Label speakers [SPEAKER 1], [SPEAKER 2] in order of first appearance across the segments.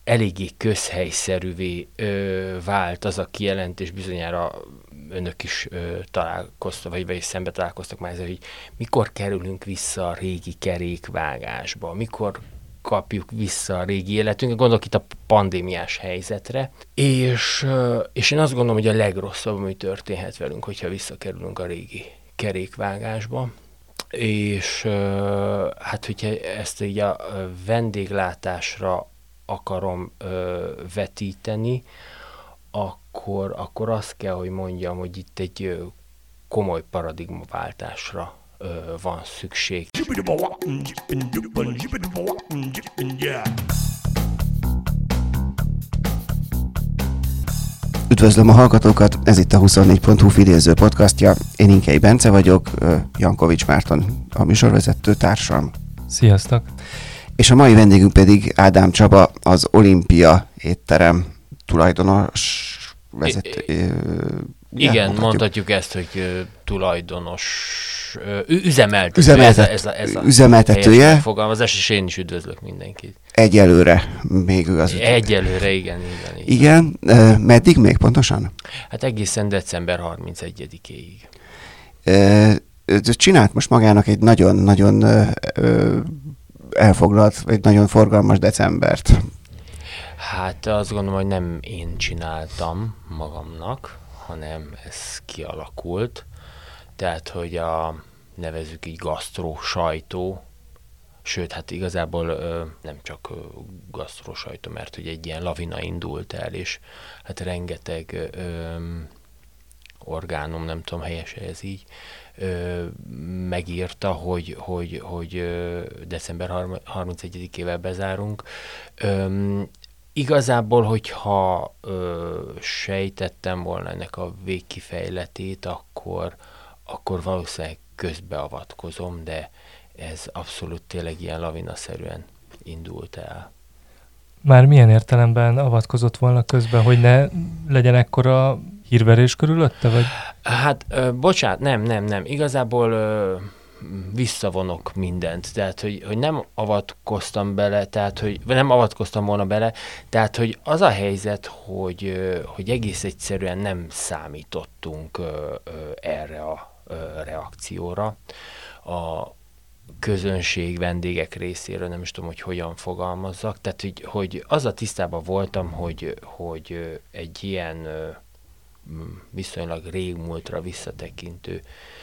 [SPEAKER 1] eléggé közhelyszerűvé vált az a kijelentés, bizonyára önök is találkoztak, vagy szembe találkoztak már ezzel, hogy mikor kerülünk vissza a régi kerékvágásba, mikor kapjuk vissza a régi életünket, gondolok itt a pandémiás helyzetre, és én azt gondolom, hogy a legrosszabb, ami történhet velünk, hogyha visszakerülünk a régi kerékvágásba, és hát hogyha ezt így a vendéglátásra akarom vetíteni, akkor azt kell, hogy mondjam, hogy itt egy komoly paradigmaváltásra van szükség.
[SPEAKER 2] Üdvözlöm a hallgatókat, ez itt a 24.hu fidéző podcastja. Én Inkei Bence vagyok, Jankovics Márton a műsorvezető társam.
[SPEAKER 3] Sziasztok!
[SPEAKER 2] És a mai vendégünk pedig Ádám Csaba, az Olimpia étterem tulajdonos vezető.
[SPEAKER 1] Igen, mondhatjuk ezt, hogy tulajdonos, üzemeltetője. Fogalmazás, és én is üdvözlök mindenkit.
[SPEAKER 2] Egyelőre még ő az.
[SPEAKER 1] Egyelőre, igen.
[SPEAKER 2] Igen, meddig még pontosan?
[SPEAKER 1] Hát egészen december 31-éig.
[SPEAKER 2] Csinált most magának egy nagyon-nagyon elfoglalt, vagy nagyon forgalmas decembert.
[SPEAKER 1] Hát azt gondolom, hogy nem én csináltam magamnak, hanem ez kialakult. Tehát, hogy nevezzük így gasztró sajtó, sőt, hát igazából nem csak gasztró sajtó, mert hogy egy ilyen lavina indult el, és hát rengeteg orgánum, nem tudom, helyes ez így, megírta, hogy december 31-ével bezárunk. Igazából, hogyha sejtettem volna ennek a végkifejletét, akkor valószínűleg közbeavatkozom, de ez abszolút tényleg ilyen lavinaszerűen indult el.
[SPEAKER 3] Már milyen értelemben avatkozott volna közben, hogy ne legyen ekkora hírverés körülötte, vagy?
[SPEAKER 1] Hát, bocsánat, nem. Igazából visszavonok mindent, tehát, hogy nem avatkoztam bele, tehát, hogy nem avatkoztam volna bele, tehát, hogy az a helyzet, hogy egész egyszerűen nem számítottunk erre a reakcióra. A közönség, vendégek részéről, nem is tudom, hogy hogyan fogalmazzak, tehát, hogy azzal tisztában voltam, hogy egy ilyen viszonylag régmúltra visszatekintő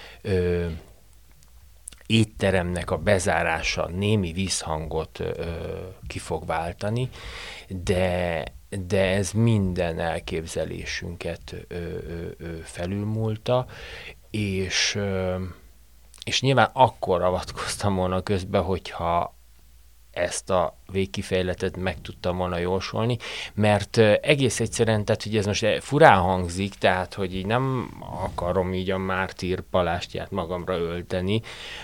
[SPEAKER 1] étteremnek a bezárása némi visszhangot ki fog váltani, de ez minden elképzelésünket felülmúlta, és nyilván akkor avatkoztam volna közbe, hogyha ezt a végkifejletet meg tudtam volna jósolni, mert egész egyszerűen, tehát hogy ez most furán hangzik, tehát hogy így nem akarom így a mártír palástját magamra ölteni,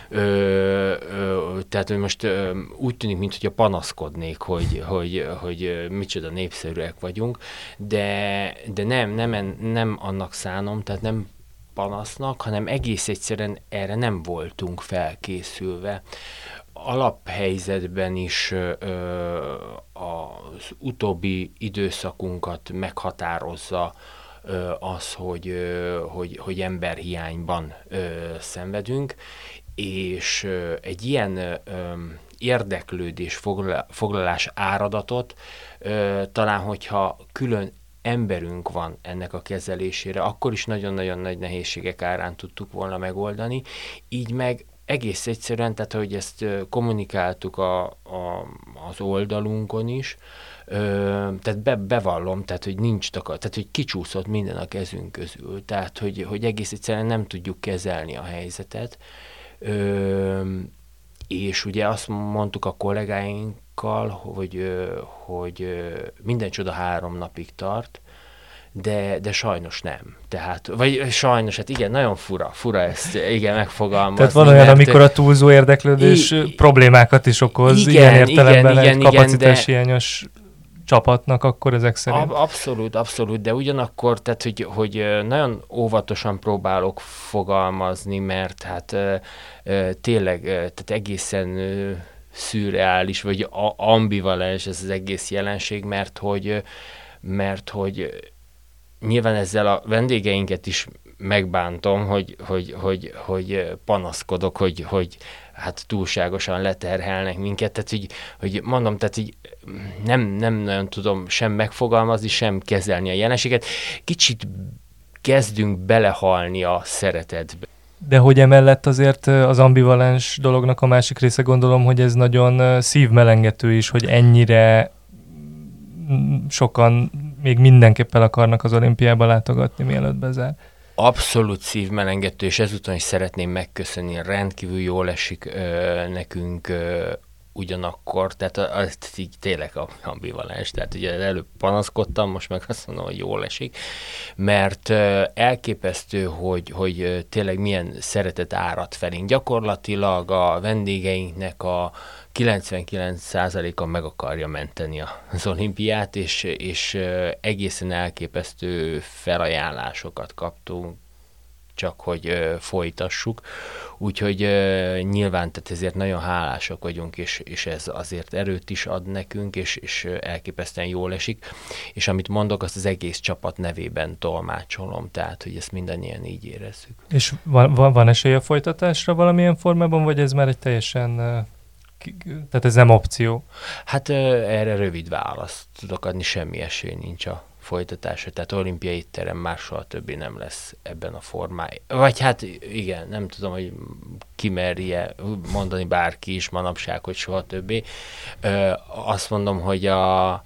[SPEAKER 1] tehát hogy most úgy tűnik, mintha panaszkodnék, hogy micsoda népszerűek vagyunk, de nem annak szánom, tehát nem panasznak, hanem egész egyszerűen erre nem voltunk felkészülve. Alaphelyzetben is az utóbbi időszakunkat meghatározza az, hogy emberhiányban szenvedünk, és egy ilyen érdeklődés, foglalás áradatot talán, hogyha külön emberünk van ennek a kezelésére, akkor is nagyon-nagyon nagy nehézségek árán tudtuk volna megoldani, így meg egész egyszerűen, tehát hogy ezt kommunikáltuk az oldalunkon is, tehát bevallom, tehát hogy tehát hogy kicsúszott minden a kezünk közül, tehát hogy egész egyszerűen nem tudjuk kezelni a helyzetet, és ugye azt mondtuk a kollégáinkkal, hogy minden csoda 3 napig tart, de sajnos nem. Tehát, vagy sajnos, hát igen, nagyon fura ezt igen megfogalmazni.
[SPEAKER 3] Tehát van olyan, amikor a túlzó érdeklődés problémákat is okoz, ilyen értelemben egy kapacitáshiányos csapatnak, akkor ezek szerint.
[SPEAKER 1] Abszolút, de ugyanakkor, tehát, hogy nagyon óvatosan próbálok fogalmazni, mert hát tényleg tehát egészen szürreális, vagy ambivalens ez az egész jelenség, mert hogy nyilván ezzel a vendégeinket is megbántom, hogy panaszkodok, hogy hát túlságosan leterhelnek minket, tehát hogy mondom, tehát így nem nagyon tudom sem megfogalmazni, sem kezelni a jelenséget. Kicsit kezdünk belehalni a szeretetbe.
[SPEAKER 3] De hogy emellett azért az ambivalens dolognak a másik része, gondolom, hogy ez nagyon szívmelengető is, hogy ennyire sokan még mindenképpen akarnak az olimpiába látogatni, mielőtt bezár.
[SPEAKER 1] Abszolút szívmelengető, és ezúton is szeretném megköszönni, rendkívül jól esik nekünk ugyanakkor, tehát az így tényleg ambivalens, tehát ugye előbb panaszkodtam, most meg azt mondom, hogy jól esik, mert elképesztő, hogy tényleg milyen szeretet árad felénk. Gyakorlatilag a vendégeinknek a 99%-a meg akarja menteni az olimpiát, és egészen elképesztő felajánlásokat kaptunk, csak hogy folytassuk. Úgyhogy nyilván tehát ezért nagyon hálásak vagyunk, és ez azért erőt is ad nekünk, és elképesztően jól esik. És amit mondok, azt az egész csapat nevében tolmácsolom, tehát hogy ezt mindannyian így érezzük.
[SPEAKER 3] És van esély a folytatásra valamilyen formában, vagy ez már egy teljesen... Tehát ez nem opció?
[SPEAKER 1] Hát erre rövid választ tudok adni, semmi esély nincs a folytatásra, tehát olimpiai étterem már soha többé nem lesz ebben a formájában. Vagy hát igen, nem tudom, hogy kimerje mondani bárki is manapság, hogy soha többé. Azt mondom, hogy a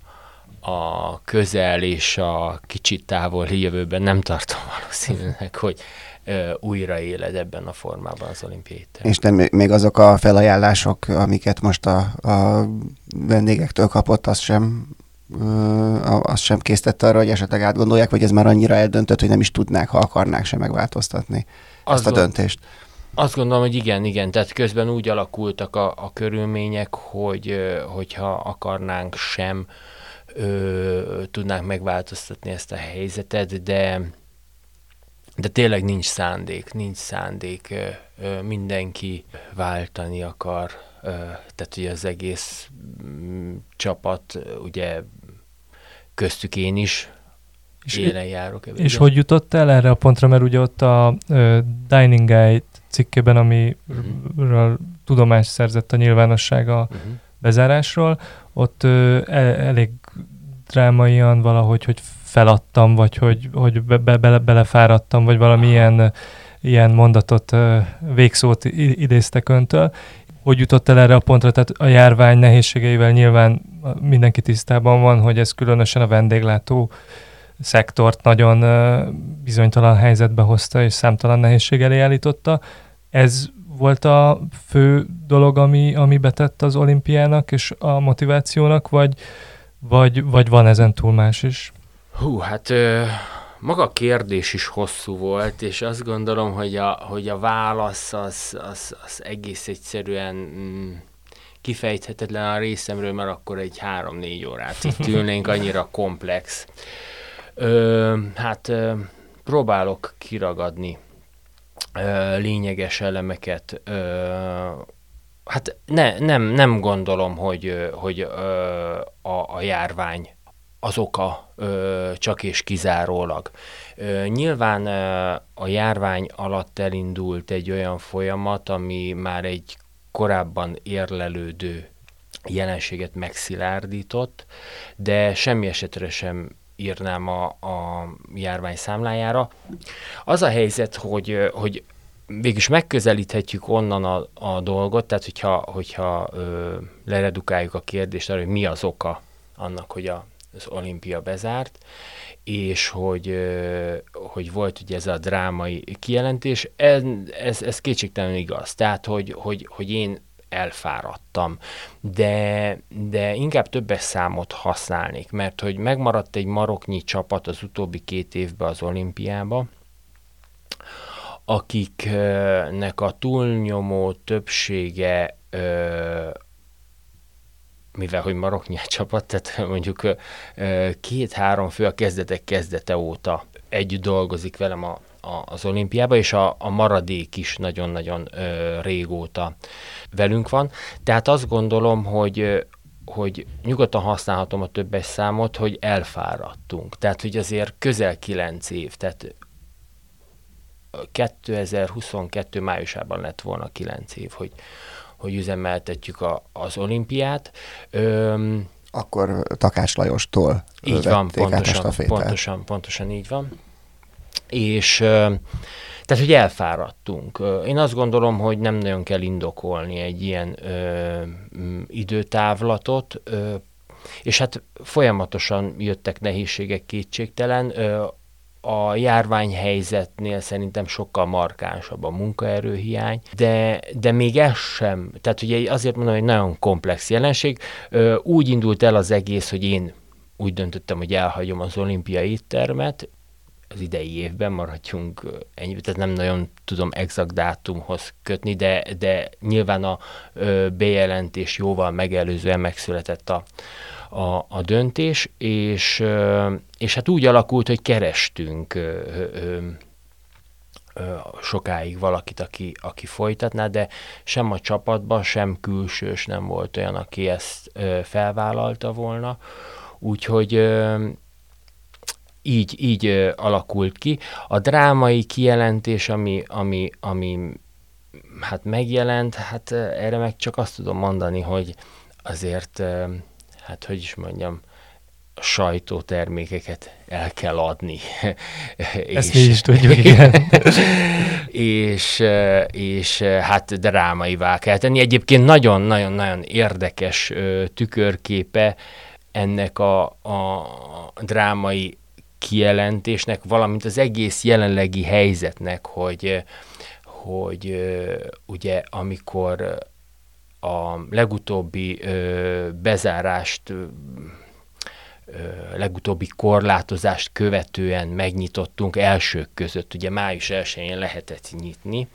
[SPEAKER 1] közel és a kicsit távoli jövőben nem tartom valószínűleg, hogy újra éled ebben a formában az olimpiai étterem.
[SPEAKER 2] És nem, még azok a felajánlások, amiket most a vendégektől kapott, azt sem késztette arra, hogy esetleg átgondolják, vagy ez már annyira eldöntött, hogy nem is tudnák, ha akarnák sem megváltoztatni azt a döntést.
[SPEAKER 1] Azt gondolom, hogy igen, tehát közben úgy alakultak a körülmények, hogyha akarnánk sem tudnánk megváltoztatni ezt a helyzetet, de tényleg nincs szándék, mindenki váltani akar, tehát ugye az egész csapat, ugye köztük én is élen járok.
[SPEAKER 3] És hogy jutottál erre a pontra, mert ugye ott a Dining Guide cikkében, amiről tudomást szerzett a nyilvánosság a bezárásról, ott elég drámaian valahogy, hogy feladtam, vagy hogy belefáradtam, vagy valami ilyen mondatot, végszót idéztek öntől. Hogy jutott el erre a pontra? Tehát a járvány nehézségeivel nyilván mindenki tisztában van, hogy ez különösen a vendéglátó szektort nagyon bizonytalan helyzetbe hozta, és számtalan nehézség elé állította. Ez volt a fő dolog, ami betett az olimpiának és a motivációnak, vagy van ezen túl más is?
[SPEAKER 1] Hát maga a kérdés is hosszú volt, és azt gondolom, hogy a válasz az egész egyszerűen kifejthetetlen a részemről, mert akkor egy 3-4 órát itt ülnénk, annyira komplex. Próbálok kiragadni lényeges elemeket. Hát nem gondolom, hogy a járvány az oka csak és kizárólag. Nyilván a járvány alatt elindult egy olyan folyamat, ami már egy korábban érlelődő jelenséget megszilárdított, de semmi esetre sem írnám a járvány számlájára. Az a helyzet, hogy végülis megközelíthetjük onnan a dolgot, tehát hogyha leredukáljuk a kérdést arra, hogy mi az oka annak, hogy az olimpia bezárt, és hogy volt ugye ez a drámai kijelentés, ez kétségtelenül igaz. Tehát, hogy én elfáradtam, de inkább többes számot használnék, mert hogy megmaradt egy maroknyi csapat az utóbbi 2 évben az olimpiába, akiknek a túlnyomó többsége, mivel hogy maroknyi csapat, tehát mondjuk 2-3 fő a kezdete óta együtt dolgozik velem az olimpiába, és a maradék is nagyon-nagyon régóta velünk van. Tehát azt gondolom, hogy nyugodtan használhatom a többes számot, hogy elfáradtunk. Tehát, hogy azért közel 9 év, tehát 2022 májusában lett volna 9 év, hogy üzemeltetjük az olimpiát.
[SPEAKER 2] Akkor Takács Lajostól
[SPEAKER 1] így van, pontosan így van. És tehát, hogy elfáradtunk. Én azt gondolom, hogy nem nagyon kell indokolni egy ilyen időtávlatot, és hát folyamatosan jöttek nehézségek, kétségtelen. A járványhelyzetnél szerintem sokkal markánsabb a munkaerőhiány, de még ez sem, tehát ugye azért mondom, hogy nagyon komplex jelenség. Úgy indult el az egész, hogy én úgy döntöttem, hogy elhagyom az olimpiai éttermet, az idei évben maradjunk ennyi, tehát nem nagyon tudom exakt dátumhoz kötni, de nyilván a bejelentés jóval megelőzően megszületett a döntés, és hát úgy alakult, hogy kerestünk sokáig valakit, aki folytatná, de sem a csapatban, sem külsős nem volt olyan, aki ezt felvállalta volna. Úgyhogy így alakult ki. A drámai kijelentés, ami hát megjelent, hát erre meg csak azt tudom mondani, hogy azért, hát hogy is mondjam, sajtótermékeket el kell adni.
[SPEAKER 3] Ezt mi is tudjuk, igen.
[SPEAKER 1] és hát drámaivá kell tenni. Egyébként nagyon-nagyon érdekes tükörképe ennek a drámai kijelentésnek, valamint az egész jelenlegi helyzetnek, hogy ugye amikor a legutóbbi bezárást, legutóbbi korlátozást követően megnyitottunk elsők között, ugye május 1-én lehetett nyitni,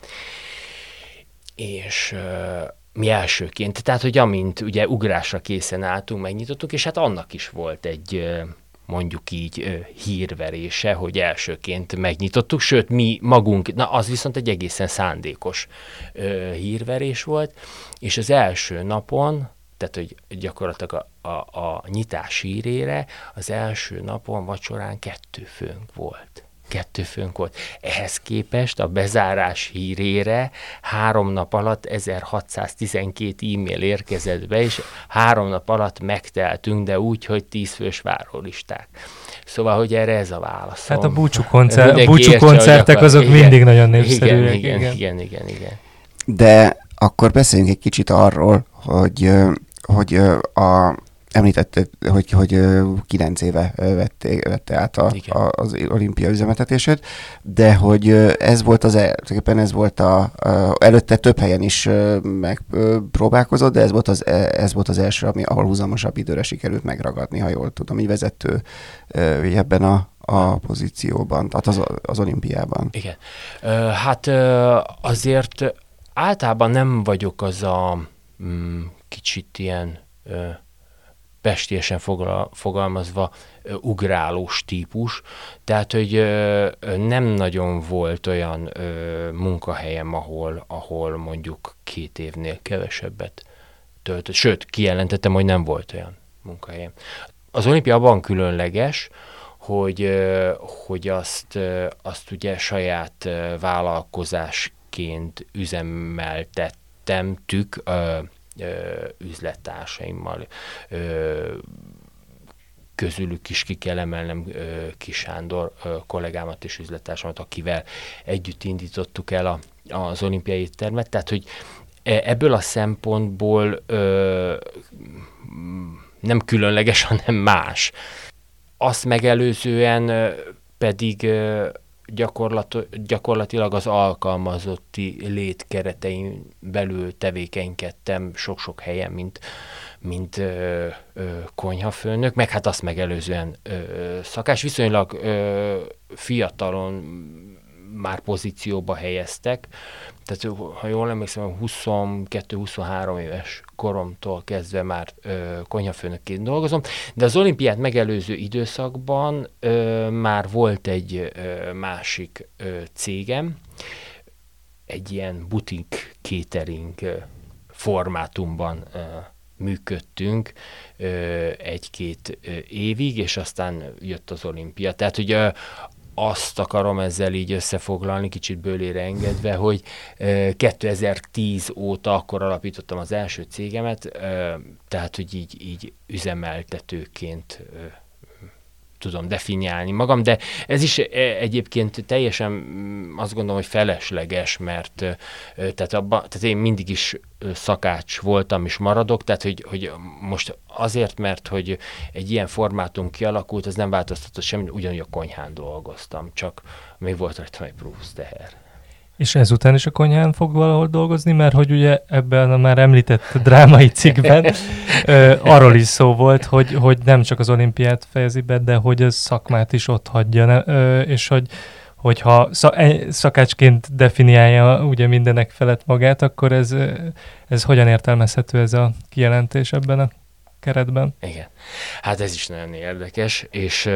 [SPEAKER 1] és mi elsőként, tehát hogy amint ugye ugrásra készen álltunk, megnyitottuk, és hát annak is volt egy mondjuk így hírverése, hogy elsőként megnyitottuk, sőt mi magunk, na az viszont egy egészen szándékos hírverés volt, és az első napon, tehát hogy gyakorlatilag a nyitás hírére az első napon vacsorán 2 főnk volt. 2 főnk volt. Ehhez képest a bezárás hírére 3 nap alatt 1612 e-mail érkezett be, és 3 nap alatt megteltünk, de úgy, hogy 10 fős várólisták. Szóval, hogy erre ez a válaszom.
[SPEAKER 3] Hát a búcsúkoncertek azok igen, mindig nagyon népszerűek.
[SPEAKER 1] Igen.
[SPEAKER 2] De akkor beszéljünk egy kicsit arról, hogy említetted, hogy 9 éve vette át az olimpia üzemeltetését, de hogy ez volt előtte több helyen is megpróbálkozott, de ez volt az első, ahol húzamosabb időre sikerült megragadni, ha jól tudom, így vezető ebben a pozícióban, tehát az olimpiában.
[SPEAKER 1] Igen. Hát azért általában nem vagyok az a kicsit ilyen pestélyesen fogalmazva ugrálós típus, tehát, hogy nem nagyon volt olyan munkahelyem, ahol mondjuk 2 évnél kevesebbet töltött. Sőt, kijelentettem, hogy nem volt olyan munkahelyem. Az olimpia abban különleges, hogy azt ugye saját vállalkozásként üzemeltettemtük üzlettársaimmal, közülük is ki kell emelnem Kis Sándor kollégámat és üzlettársamat, akivel együtt indítottuk el az olimpiai éttermet, tehát hogy ebből a szempontból nem különleges, hanem más. Azt megelőzően pedig gyakorlatilag az alkalmazotti létkeretein belül tevékenykedtem sok-sok helyen, mint konyhafőnök, meg hát azt megelőzően szakás. Viszonylag fiatalon már pozícióba helyeztek. Tehát ha jól emlékszem, 22-23 éves koromtól kezdve már konyhafőnökként dolgozom, de az olimpiát megelőző időszakban már volt egy másik cégem, egy ilyen butik catering formátumban működtünk 1-2 évig, és aztán jött az olimpia. Tehát ugye azt akarom ezzel így összefoglalni, kicsit bőlére engedve, hogy 2010 óta akkor alapítottam az első cégemet, tehát hogy így üzemeltetőként tudom definiálni magam, de ez is egyébként teljesen azt gondolom, hogy felesleges, mert tehát én mindig is szakács voltam és maradok, tehát hogy most azért, mert hogy egy ilyen formátum kialakult, az nem változtatott semmit, ugyanúgy a konyhán dolgoztam, csak még volt rajta egy plusz teher.
[SPEAKER 3] És ezután is a konyhán fog valahol dolgozni, mert hogy ugye ebben a már említett drámai cikkben arról is szó volt, hogy nem csak az olimpiát fejezi be, de hogy a szakmát is ott hagyja, és hogyha szakácsként definiálja ugye mindenek felett magát, akkor ez hogyan értelmezhető ez a kijelentés ebben a keretben?
[SPEAKER 1] Igen, hát ez is nagyon érdekes, és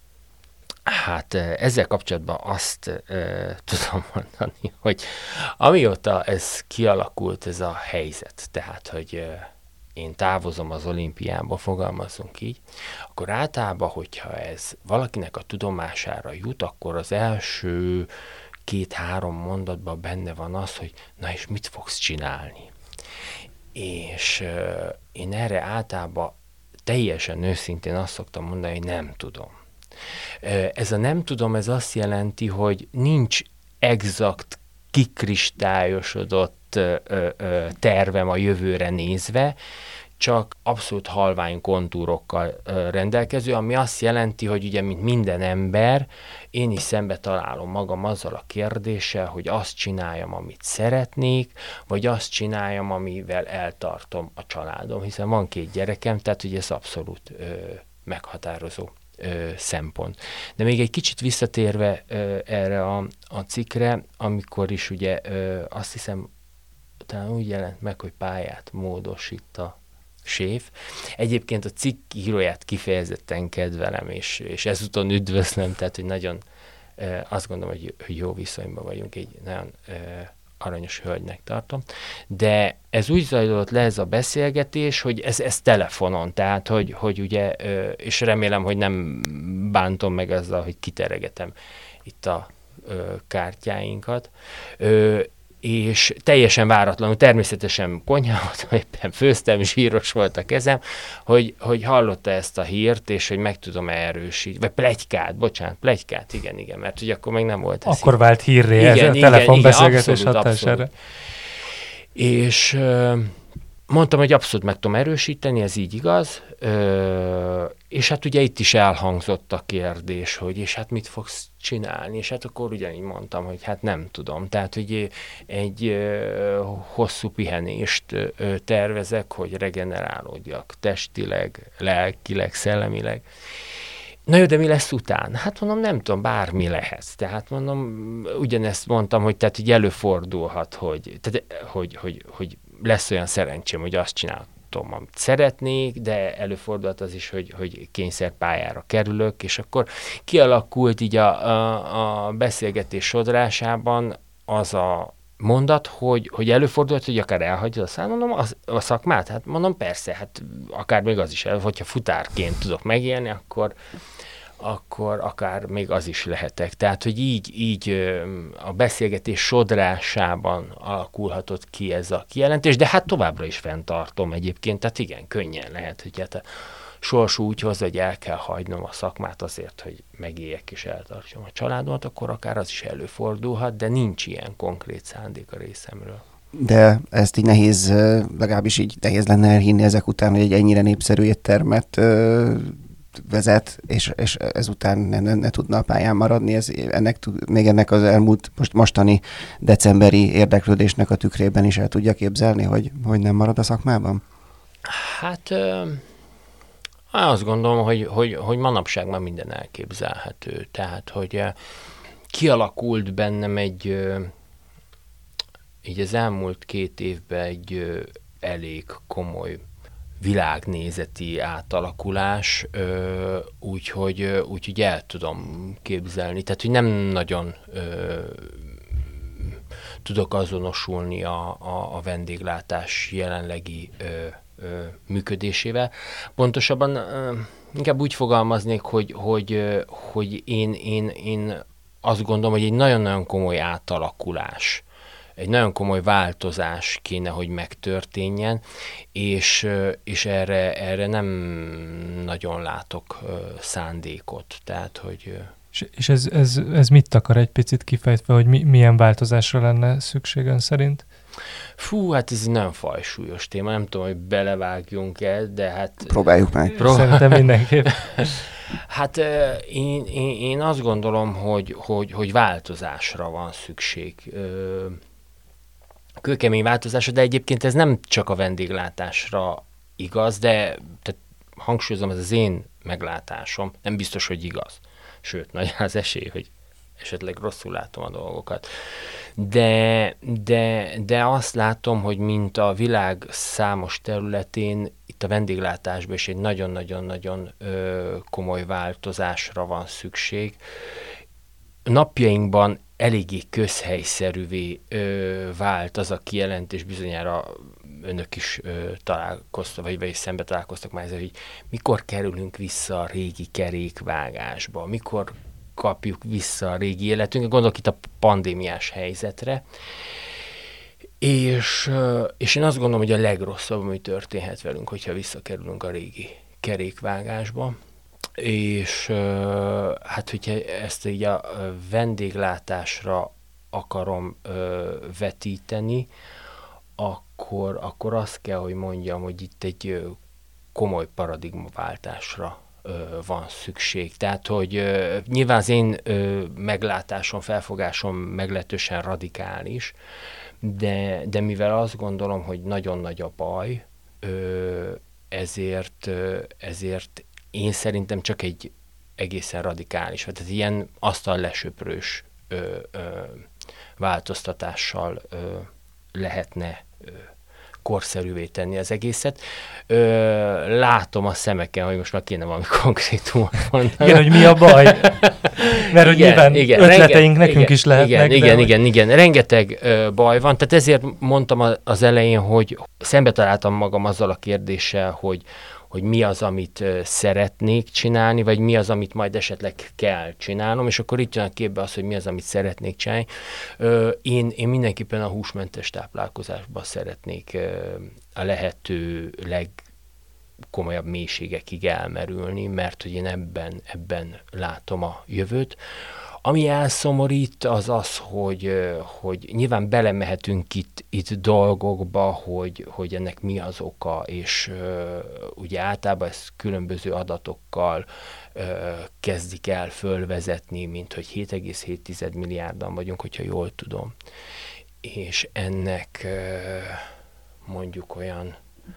[SPEAKER 1] hát ezzel kapcsolatban azt tudom mondani, hogy amióta ez kialakult, ez a helyzet, tehát, hogy én távozom az olimpiába, fogalmazunk így, akkor általában, hogyha ez valakinek a tudomására jut, akkor az első 2-3 mondatban benne van az, hogy na és mit fogsz csinálni? És én erre általában teljesen őszintén azt szoktam mondani, hogy nem tudom. Ez a nem tudom, ez azt jelenti, hogy nincs exakt, kikristályosodott tervem a jövőre nézve, csak abszolút halvány kontúrokkal rendelkező, ami azt jelenti, hogy ugye, mint minden ember, én is szembe találom magam azzal a kérdéssel, hogy azt csináljam, amit szeretnék, vagy azt csináljam, amivel eltartom a családom, hiszen van 2 gyerekem, tehát ugye ez abszolút meghatározó szempont. De még egy kicsit visszatérve erre a cikkre, amikor is ugye azt hiszem, talán úgy jelent meg, hogy pályát módosít a séf. Egyébként a cikk íróját kifejezetten kedvelem, és ezúton üdvözlöm, tehát hogy nagyon azt gondolom, hogy jó viszonyban vagyunk, egy nagyon aranyos hölgynek tartom, de ez úgy zajlott le ez a beszélgetés, hogy ez telefonon, tehát hogy ugye, és remélem, hogy nem bántom meg azzal, hogy kiteregetem itt a kártyáinkat, és teljesen váratlanul, természetesen konyhában, éppen főztem, zsíros volt a kezem, hogy hallotta ezt a hírt, és hogy meg tudom erősíteni, vagy pletykát, igen, mert ugye akkor még nem volt ez.
[SPEAKER 3] Akkor vált hírré ez a telefonbeszélgetés hatására.
[SPEAKER 1] És mondtam, hogy abszolút meg tudom erősíteni, ez így igaz, és hát ugye itt is elhangzott a kérdés, hogy és hát mit fogsz csinálni, és hát akkor ugyanígy mondtam, hogy hát nem tudom, tehát hogy egy hosszú pihenést tervezek, hogy regenerálódjak testileg, lelkileg, szellemileg. Na jó, de mi lesz után? Hát mondom, nem tudom, bármi lehet. Tehát mondom, ugyanezt mondtam, hogy tehát így előfordulhat, hogy lesz olyan szerencsém, hogy azt csináltam, amit szeretnék, de előfordulhat az is, hogy kényszerpályára kerülök, és akkor kialakult így a beszélgetés sodrásában az a mondat, hogy előfordulhat, hogy akár elhagyod a szakmát? Hát mondom, persze, hát akár még az is, hogyha futárként tudok megélni, akkor akár még az is lehetek. Tehát, hogy így a beszélgetés sodrásában alakulhatott ki ez a kijelentés, de hát továbbra is fenntartom egyébként, tehát igen, könnyen lehet, hogy hát a sors úgy hozza, hogy el kell hagynom a szakmát azért, hogy megéljek és eltartsam a családomat, akkor akár az is előfordulhat, de nincs ilyen konkrét szándék a részemről.
[SPEAKER 2] De ezt így nehéz, legalábbis így nehéz lenne elhinni ezek után, hogy egy ennyire népszerű éttermet vezet, és ezután ne tudna a pályán maradni. Még ennek az elmúlt mostani decemberi érdeklődésnek a tükrében is el tudja képzelni, hogy nem marad a szakmában?
[SPEAKER 1] Hát azt gondolom, hogy manapság már minden elképzelhető. Tehát, hogy kialakult bennem így az elmúlt 2 évben egy elég komoly világnézeti átalakulás, úgyhogy el tudom képzelni. Tehát, hogy nem nagyon tudok azonosulni a vendéglátás jelenlegi működésével. Pontosabban inkább úgy fogalmaznék, hogy én azt gondolom, hogy egy nagyon-nagyon komoly átalakulás, egy nagyon komoly változás kéne, hogy megtörténjen, és erre nem nagyon látok szándékot. Tehát, hogy...
[SPEAKER 3] És ez mit akar egy picit kifejtve, hogy milyen változásra lenne szükség ön szerint?
[SPEAKER 1] Fú, hát ez egy nagyon fajsúlyos téma, nem tudom, hogy belevágjunk-e, de hát...
[SPEAKER 2] Próbáljuk meg.
[SPEAKER 3] Szerintem mindenképp.
[SPEAKER 1] Hát én azt gondolom, hogy változásra van szükség. Kőkemény változásra, de egyébként ez nem csak a vendéglátásra igaz, de tehát hangsúlyozom, ez az én meglátásom, nem biztos, hogy igaz. Sőt, nagy az esély, hogy esetleg rosszul látom a dolgokat. De azt látom, hogy mint a világ számos területén, itt a vendéglátásban is egy nagyon-nagyon-nagyon komoly változásra van szükség. Napjainkban eléggé közhelyszerűvé vált az a kijelentés, bizonyára önök is találkoztak, vagy szembe találkoztak már ezzel, hogy mikor kerülünk vissza a régi kerékvágásba, mikor kapjuk vissza a régi életünket, gondolok itt a pandémiás helyzetre, és én azt gondolom, hogy a legrosszabb, ami történhet velünk, hogyha visszakerülünk a régi kerékvágásba, és hát, hogyha ezt így a vendéglátásra akarom vetíteni, akkor azt kell, hogy mondjam, hogy itt egy komoly paradigmaváltásra van szükség. Tehát, hogy nyilván az én meglátásom, felfogásom meglehetősen radikális, de mivel azt gondolom, hogy nagyon nagy a baj, ezért én szerintem csak egy egészen radikális, tehát ilyen asztallesöprős változtatással lehetne korszerűvé tenni az egészet. Látom a szemeken, hogy most már kéne valami konkrétumot mondani.
[SPEAKER 3] Igen, hogy mi a baj. Mert hogy nyilván ötleteink nekünk is lehetnek.
[SPEAKER 1] Igen. Rengeteg baj van, tehát ezért mondtam az elején, hogy szembe találtam magam azzal a kérdéssel, hogy mi az, amit szeretnék csinálni, vagy mi az, amit majd esetleg kell csinálnom, és akkor itt jön a képbe az, hogy mi az, amit szeretnék csinálni. Én mindenképpen a húsmentes táplálkozásban szeretnék a lehető legkomolyabb mélységekig elmerülni, mert hogy én ebben látom a jövőt. Ami elszomorít, az, hogy nyilván belemehetünk itt dolgokba, hogy ennek mi az oka, és ugye általában ezt különböző adatokkal kezdik el fölvezetni, mint hogy 7,7 milliárdan vagyunk, hogyha jól tudom. És ennek mondjuk olyan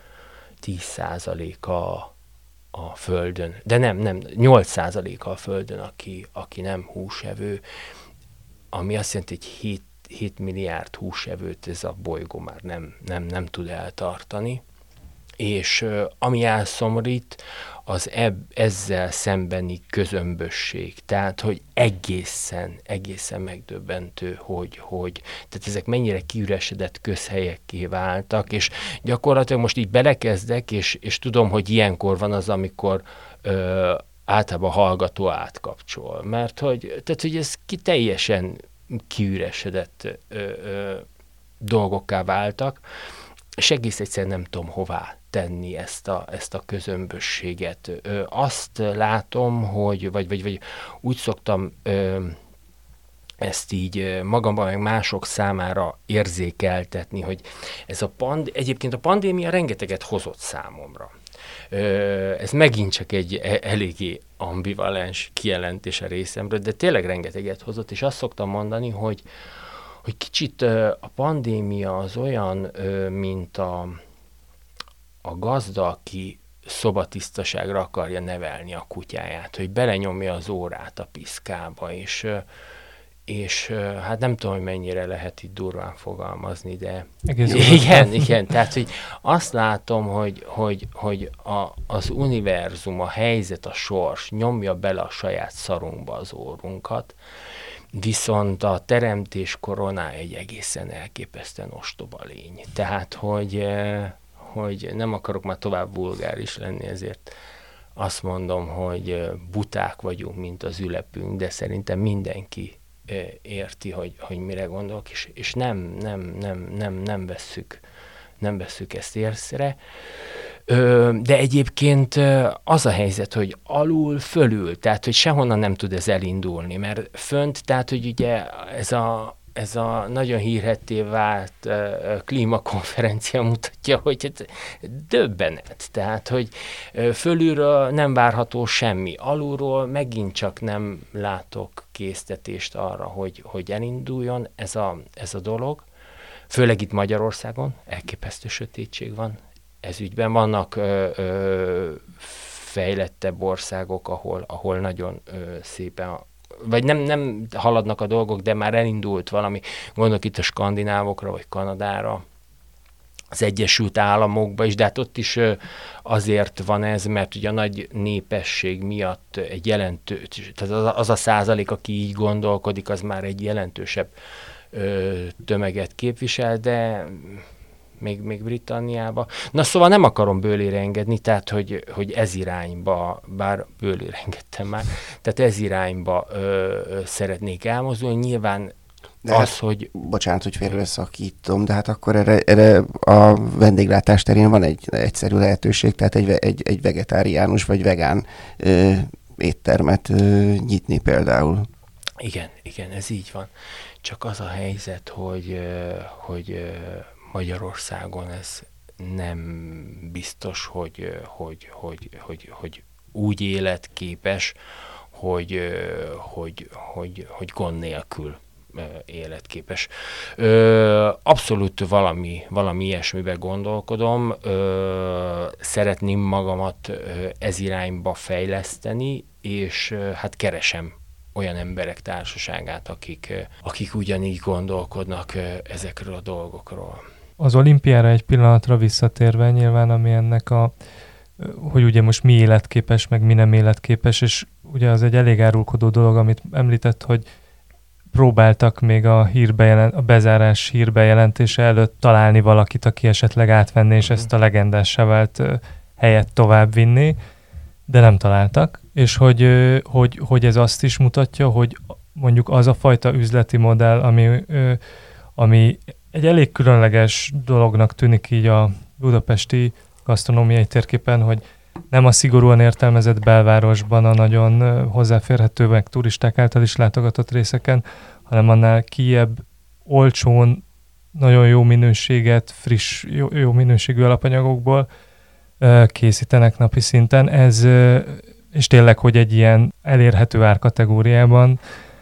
[SPEAKER 1] 10%-a a Földön, de nem, 8%-a a Földön, aki nem húsevő, ami azt jelenti, hogy 7 milliárd húsevőt ez a bolygó már nem tud eltartani. És ami elszomorít, az ezzel szembeni közömbösség. Tehát, hogy egészen megdöbbentő, hogy tehát ezek mennyire kiüresedett közhelyekké váltak, és gyakorlatilag most így belekezdek, és tudom, hogy ilyenkor van az, amikor általában a hallgató átkapcsol. Mert hogy ez teljesen kiüresedett dolgokká váltak, és egész egyszerűen nem tudom hová tenni ezt a közömbösséget. Azt látom, hogy vagy úgy szoktam ezt így magamban, meg mások számára érzékeltetni, hogy ez egyébként a pandémia rengeteget hozott számomra. Ez megint csak egy eléggé ambivalens kijelentés a részemről, de tényleg rengeteget hozott, és azt szoktam mondani, hogy kicsit a pandémia az olyan, mint a gazda, aki szobatisztaságra akarja nevelni a kutyáját, hogy belenyomja az órát a piszkába, és hát nem tudom, hogy mennyire lehet itt durván fogalmazni, de igen, tehát hogy azt látom, hogy az univerzum, a helyzet, a sors nyomja bele a saját szarunkba az órunkat, viszont a teremtés koronája egy egészen elképesztően ostoba lény. Tehát, hogy nem akarok már tovább vulgáris lenni, ezért azt mondom, hogy buták vagyunk, mint az ülepünk, de szerintem mindenki érti, hogy mire gondolok, és nem vesszük ezt észre. De egyébként az a helyzet, hogy alul, fölül, tehát hogy sehonnan nem tud ez elindulni, mert fönt, tehát hogy ugye ez a nagyon hírhedté vált klímakonferencia mutatja, hogy döbbenet. Tehát, hogy fölülről nem várható semmi. Alulról megint csak nem látok késztetést arra, hogy elinduljon ez a dolog. Főleg itt Magyarországon elképesztő sötétség van. Ez ügyben vannak fejlettebb országok, ahol nagyon szépen vagy nem haladnak a dolgok, de már elindult valami, gondolok itt a skandinávokra, vagy Kanadára, az Egyesült Államokba is, de hát ott is azért van ez, mert ugye a nagy népesség miatt egy jelentős, tehát az a százalék, aki így gondolkodik, az már egy jelentősebb tömeget képvisel, de még Britanniába. Na szóval nem akarom bőlére engedni, tehát hogy ez irányba, bár bőlére engedtem már, tehát ez irányba szeretnék elmozdulni. Nyilván
[SPEAKER 2] de
[SPEAKER 1] az, hogy...
[SPEAKER 2] Bocsánat, hogy félreszakítom, de hát akkor erre a vendéglátás terén van egy egyszerű lehetőség, tehát egy vegetáriánus vagy vegán éttermet nyitni például.
[SPEAKER 1] Igen, ez így van. Csak az a helyzet, hogy Magyarországon ez nem biztos, hogy úgy életképes, hogy gond nélkül életképes. Abszolút valami ilyesmiben gondolkodom. Szeretném magamat ez irányba fejleszteni, és hát keresem olyan emberek társaságát, akik ugyanígy gondolkodnak ezekről a dolgokról.
[SPEAKER 3] Az olimpiára egy pillanatra visszatérve nyilván, ami ennek hogy ugye most mi életképes, meg mi nem életképes, és ugye az egy elég árulkodó dolog, amit említett, hogy próbáltak még a bezárás hírbejelentése előtt találni valakit, aki esetleg átvenné, és ezt a legendássá vált helyet tovább vinni, de nem találtak, és hogy ez azt is mutatja, hogy mondjuk az a fajta üzleti modell, ami egy elég különleges dolognak tűnik így a budapesti gasztronómiai térképen, hogy nem a szigorúan értelmezett belvárosban, a nagyon hozzáférhető, meg turisták által is látogatott részeken, hanem annál kijebb, olcsón, nagyon jó minőséget, friss, jó minőségű alapanyagokból készítenek napi szinten. És tényleg, hogy egy ilyen elérhető árkategóriában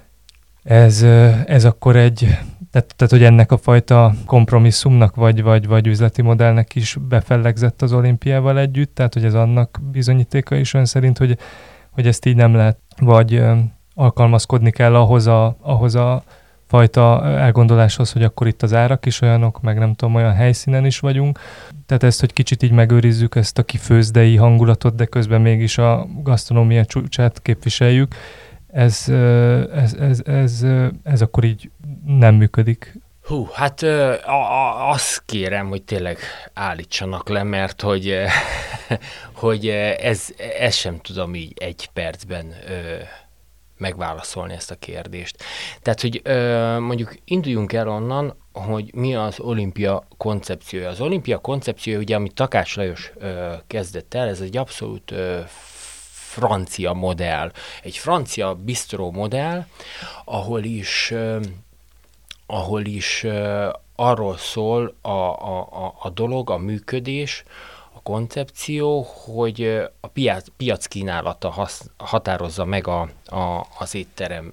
[SPEAKER 3] ez akkor tehát, hogy ennek a fajta kompromisszumnak vagy üzleti modellnek is befellegzett az olimpiával együtt, tehát, hogy ez annak bizonyítéka is ön szerint, hogy ezt így nem lehet, vagy alkalmazkodni kell ahhoz a fajta elgondoláshoz, hogy akkor itt az árak is olyanok, meg nem tudom, olyan helyszínen is vagyunk. Tehát ezt, hogy kicsit így megőrizzük, ezt a kifőzdei hangulatot, de közben mégis a gasztronómia csúcsát képviseljük. Ez akkor így nem működik.
[SPEAKER 1] Hát azt kérem, hogy tényleg állítsanak le, mert hogy ez sem tudom így egy percben megválaszolni ezt a kérdést. Tehát, hogy mondjuk induljunk el onnan, hogy mi az olimpia koncepciója. Az olimpia koncepciója, ugye, amit Takács Lajos kezdett el, ez egy abszolút francia modell. Egy francia bistró modell, ahol is arról szól a dolog, a működés, a koncepció, hogy a piac kínálata határozza meg az étterem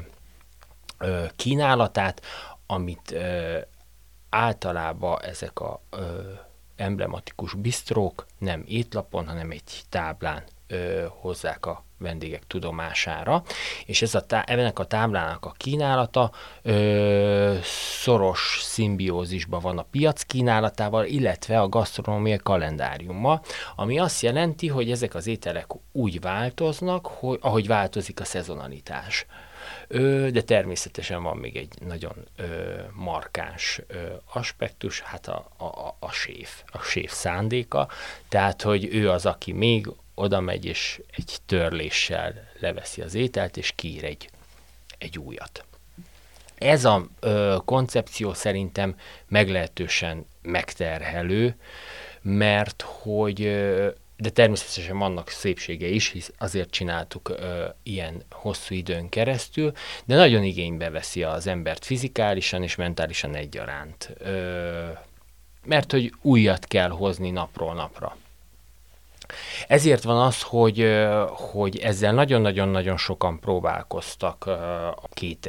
[SPEAKER 1] kínálatát, amit általában ezek a emblematikus bistrók nem étlapon, hanem egy táblán hozzák a vendégek tudomására, és ennek a táblának a kínálata szoros szimbiózisban van a piac kínálatával, illetve a gasztronómiai kalendáriummal, ami azt jelenti, hogy ezek az ételek úgy változnak, ahogy változik a szezonalitás. De természetesen van még egy nagyon markáns aspektus, hát a séf szándéka, tehát hogy ő az, aki még oda megy, és egy törléssel leveszi az ételt, és kiír egy újat. Ez a koncepció szerintem meglehetősen megterhelő, mert hogy de természetesen vannak szépsége is, hisz azért csináltuk ilyen hosszú időn keresztül, de nagyon igénybe veszi az embert fizikálisan és mentálisan egyaránt. Mert hogy újat kell hozni napról napra. Ezért van az, hogy ezzel nagyon-nagyon-nagyon sokan próbálkoztak a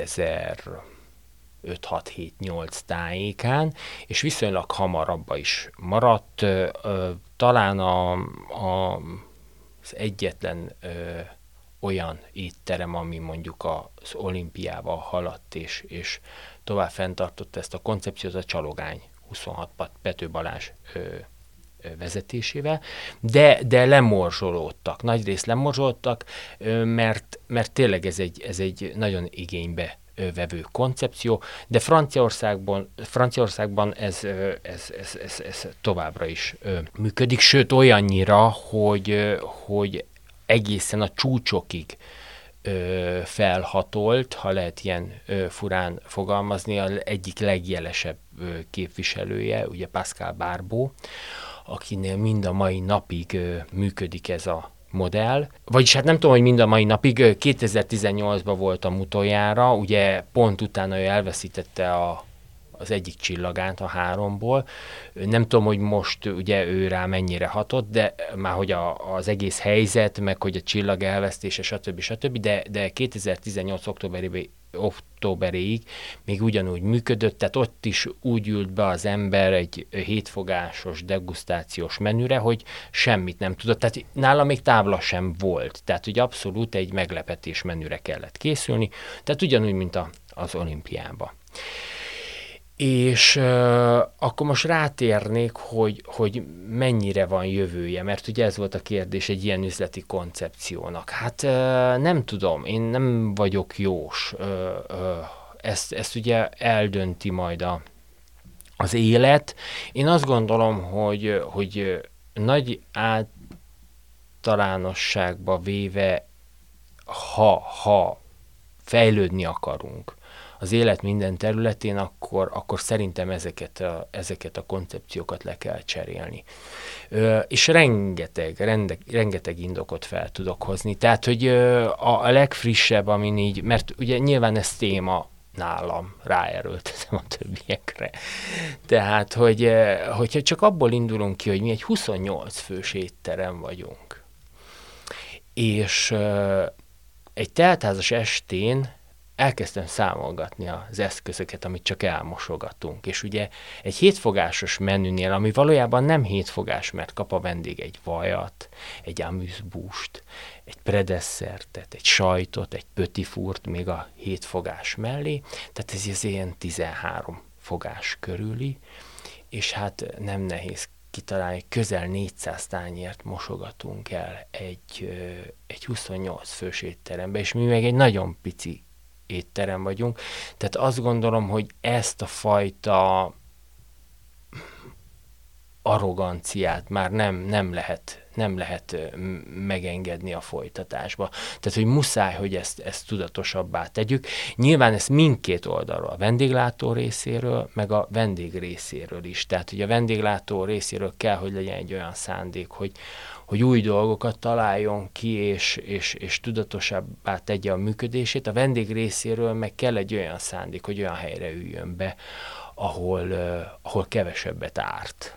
[SPEAKER 1] 2005-6-7-8 tájékán, és viszonylag hamar abba is maradt. Talán az egyetlen olyan étterem, ami mondjuk az olimpiával haladt, és tovább fenntartott ezt a koncepciót, a Csalogány 26 Pető Balázs vezetésével, de lemorzsolódtak, nagyrészt lemorzsolódtak, mert tényleg ez egy nagyon igénybe vevő koncepció, de Franciaországban ez továbbra is működik, sőt olyannyira, hogy egészen a csúcsokig felhatolt, ha lehet ilyen furán fogalmazni, az egyik legjelesebb képviselője, ugye Pascal Barbot, akinél mind a mai napig működik ez a modell. Vagyis hát nem tudom, hogy mind a mai napig, 2018-ban voltam utoljára, ugye pont utána ő elveszítette az egyik csillagát a 3-ból. Nem tudom, hogy most ugye ő rá mennyire hatott, de már hogy az egész helyzet, meg hogy a csillag elvesztése, stb. De 2018 októberéig még ugyanúgy működött, tehát ott is úgy ült be az ember egy hétfogásos degustációs menüre, hogy semmit nem tudott, tehát nála még tábla sem volt, tehát ugye abszolút egy meglepetés menüre kellett készülni, tehát ugyanúgy, mint az olimpiában. És akkor most rátérnék, hogy mennyire van jövője, mert ugye ez volt a kérdés egy ilyen üzleti koncepciónak. Hát nem tudom, én nem vagyok jós. Ezt ugye eldönti majd az élet. Én azt gondolom, hogy nagy általánosságba véve, ha fejlődni akarunk az élet minden területén, akkor szerintem ezeket a koncepciókat le kell cserélni. És rengeteg indokot fel tudok hozni. Tehát, hogy a legfrissebb, amin így, mert ugye nyilván ez téma nálam, ráerőltetem a többiekre. Tehát, hogyha csak abból indulunk ki, hogy mi egy 28 fős étterem vagyunk, és egy teltházas estén elkezdtem számolgatni az eszközöket, amit csak elmosogatunk. És ugye egy hétfogásos menünél, ami valójában nem hétfogás, mert kap a vendég egy vajat, egy amuse-bouche-t, egy predesszertet, egy sajtot, egy petit fourt még a hétfogás mellé, tehát ez ilyen 13 fogás körüli, és hát nem nehéz kitalálni, közel 400 tányért mosogatunk el egy 28 fős étterembe, és mi meg egy nagyon pici étterem vagyunk. Tehát azt gondolom, hogy ezt a fajta arroganciát már nem lehet megengedni a folytatásba. Tehát, hogy muszáj, hogy ezt tudatosabbá tegyük. Nyilván ezt mindkét oldalról, a vendéglátó részéről, meg a vendég részéről is. Tehát, hogy a vendéglátó részéről kell, hogy legyen egy olyan szándék, hogy új dolgokat találjon ki, és tudatosabbá tegye a működését. A vendég részéről meg kell egy olyan szándék, hogy olyan helyre üljön be, ahol kevesebbet árt.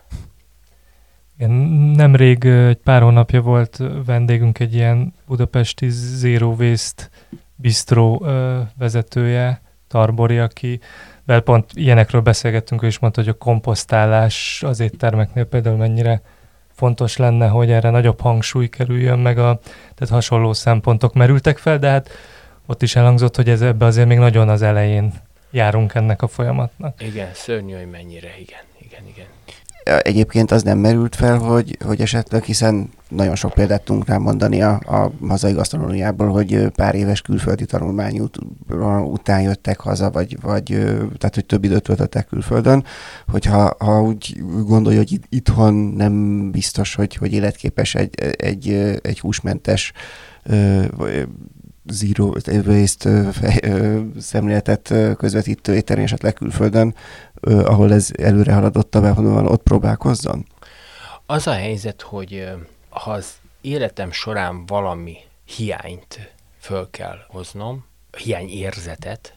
[SPEAKER 3] Nemrég egy pár hónapja volt vendégünk egy ilyen budapesti Zero Waste Bistro vezetője, Tarbori, akivel pont ilyenekről beszélgettünk, és mondta, hogy a komposztálás az éttermeknél például mennyire fontos lenne, hogy erre nagyobb hangsúly kerüljön, tehát hasonló szempontok merültek fel, de hát ott is elhangzott, hogy ebbe azért még nagyon az elején járunk ennek a folyamatnak.
[SPEAKER 1] Igen, szörnyű, hogy mennyire, igen.
[SPEAKER 2] Egyébként az nem merült fel, hogy esetleg, hiszen nagyon sok példát tudunk rá mondani a hazai gasztronómiából, hogy pár éves külföldi tanulmány után jöttek haza, vagy tehát, hogy több időt töltöttek külföldön, hogyha úgy gondolja, hogy itthon nem biztos, hogy életképes egy húsmentes zero waste szemléletet közvetítő étterem esetleg külföldön, ahol ez előre haladott a bevonóval, ott próbálkozzon?
[SPEAKER 1] Az a helyzet, hogy ha az életem során valami hiányt föl kell hoznom, hiányérzetet,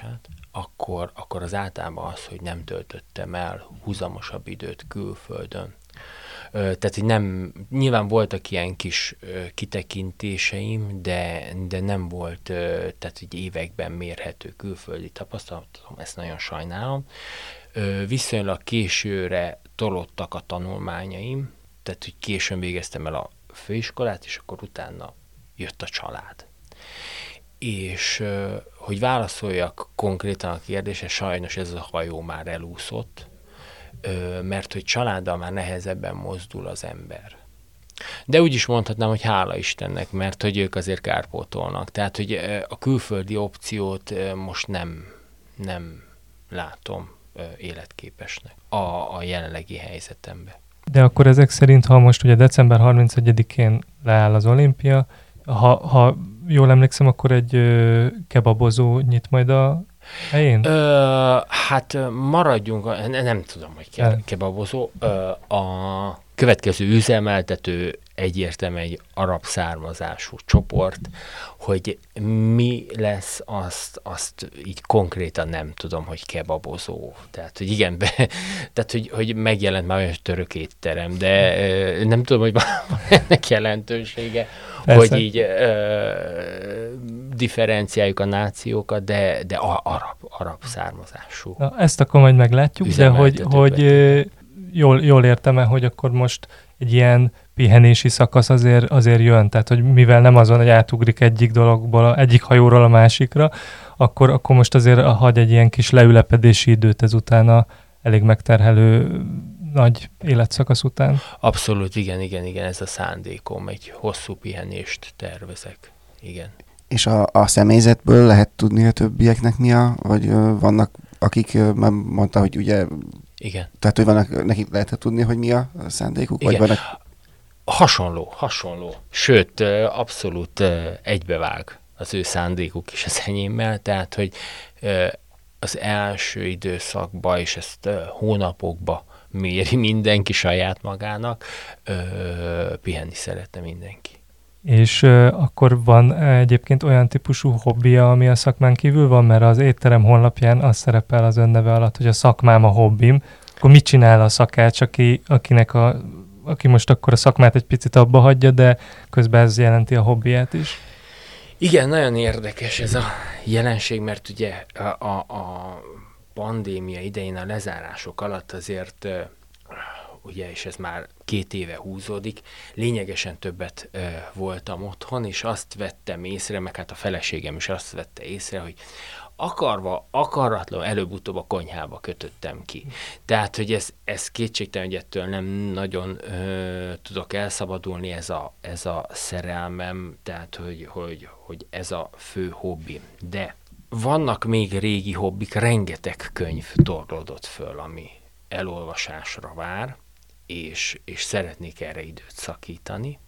[SPEAKER 1] akkor az általában az, hogy nem töltöttem el húzamosabb időt külföldön. Tehát, hogy nem, nyilván voltak ilyen kis kitekintéseim, de nem volt, tehát, hogy években mérhető külföldi tapasztalatom, ezt nagyon sajnálom. Viszonylag későre tolódtak a tanulmányaim, tehát, hogy későn végeztem el a főiskolát, és akkor utána jött a család. És hogy válaszoljak konkrétan a kérdésre, sajnos ez a hajó már elúszott, mert hogy családdal már nehezebben mozdul az ember. De úgy is mondhatnám, hogy hála Istennek, mert hogy ők azért kárpótolnak. Tehát, hogy a külföldi opciót most nem látom életképesnek a jelenlegi helyzetemben.
[SPEAKER 3] De akkor ezek szerint, ha most ugye december 31-én leáll az olimpia, ha jól emlékszem, akkor egy kebabozó nyit majd a helyén?
[SPEAKER 1] Hát maradjunk, nem tudom, hogy kebabozó. A következő üzemeltető egyértelműen egy arab származású csoport, hogy mi lesz, azt így konkrétan nem tudom, hogy kebabozó. Tehát, hogy igen, tehát, hogy megjelent már olyan török étterem, de nem tudom, hogy van ennek jelentősége, persze, hogy így differenciáljuk a nációkat, de arab származású.
[SPEAKER 3] Na, ezt akkor majd meglátjuk, de hogy jól értem-e, hogy akkor most egy ilyen pihenési szakasz azért jön, tehát hogy mivel nem azon, hogy átugrik egyik hajóról a másikra, akkor most azért hagy egy ilyen kis leülepedési időt ezután a elég megterhelő nagy életszakasz után.
[SPEAKER 1] Abszolút, igen, ez a szándékom, egy hosszú pihenést tervezek, igen.
[SPEAKER 2] És a személyzetből lehet tudni a többieknek vagy vannak, akik már mondta, hogy ugye
[SPEAKER 1] igen.
[SPEAKER 2] Tehát, hogy nekik lehet tudni, hogy mi a szándékuk? Vagy vannak...
[SPEAKER 1] Hasonló. Sőt, abszolút egybevág az ő szándékuk és az enyémmel, tehát, hogy az első időszakban, és ezt hónapokba méri mindenki saját magának, pihenni szeretne mindenki.
[SPEAKER 3] És akkor van egyébként olyan típusú hobbija, ami a szakmán kívül van, mert az étterem honlapján az szerepel az önneve alatt, hogy a szakmám a hobbim. Akkor mit csinál a szakács, aki most akkor a szakmát egy picit abba hagyja, de közben ez jelenti a hobbiját is?
[SPEAKER 1] Igen, nagyon érdekes ez a jelenség, mert ugye a pandémia idején a lezárások alatt azért ugye, és ez már 2 éve húzódik, lényegesen többet voltam otthon, és azt vettem észre, meg hát a feleségem is azt vette észre, hogy akaratlanul előbb-utóbb a konyhába kötöttem ki. Tehát, hogy ez kétségtelen, hogy ettől nem nagyon tudok elszabadulni, ez a szerelmem, tehát, hogy ez a fő hobbi. De vannak még régi hobbik, rengeteg könyv torlódott föl, ami elolvasásra vár, és szeretnék erre időt szakítani.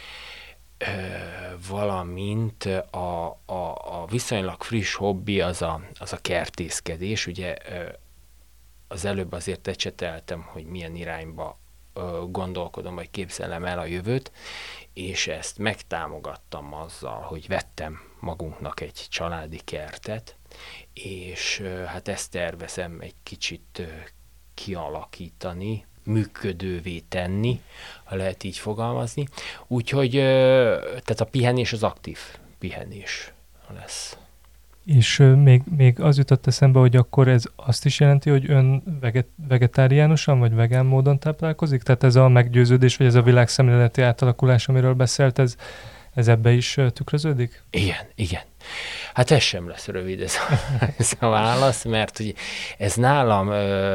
[SPEAKER 1] Valamint a viszonylag friss hobbi az a kertészkedés. Ugye az előbb azért ecseteltem, hogy milyen irányba gondolkodom, vagy képzelem el a jövőt, és ezt megtámogattam azzal, hogy vettem magunknak egy családi kertet, és hát ezt tervezem egy kicsit kialakítani, működővé tenni, ha lehet így fogalmazni. Úgyhogy tehát a pihenés az aktív pihenés lesz.
[SPEAKER 3] És még az jutott eszembe, hogy akkor ez azt is jelenti, hogy ön vegetáriánusan vagy vegán módon táplálkozik? Tehát ez a meggyőződés, vagy ez a világszemléleti átalakulás, amiről beszélt, ez ebbe is tükröződik?
[SPEAKER 1] Igen. Hát ez sem lesz rövid ez a válasz, mert ugye ez nálam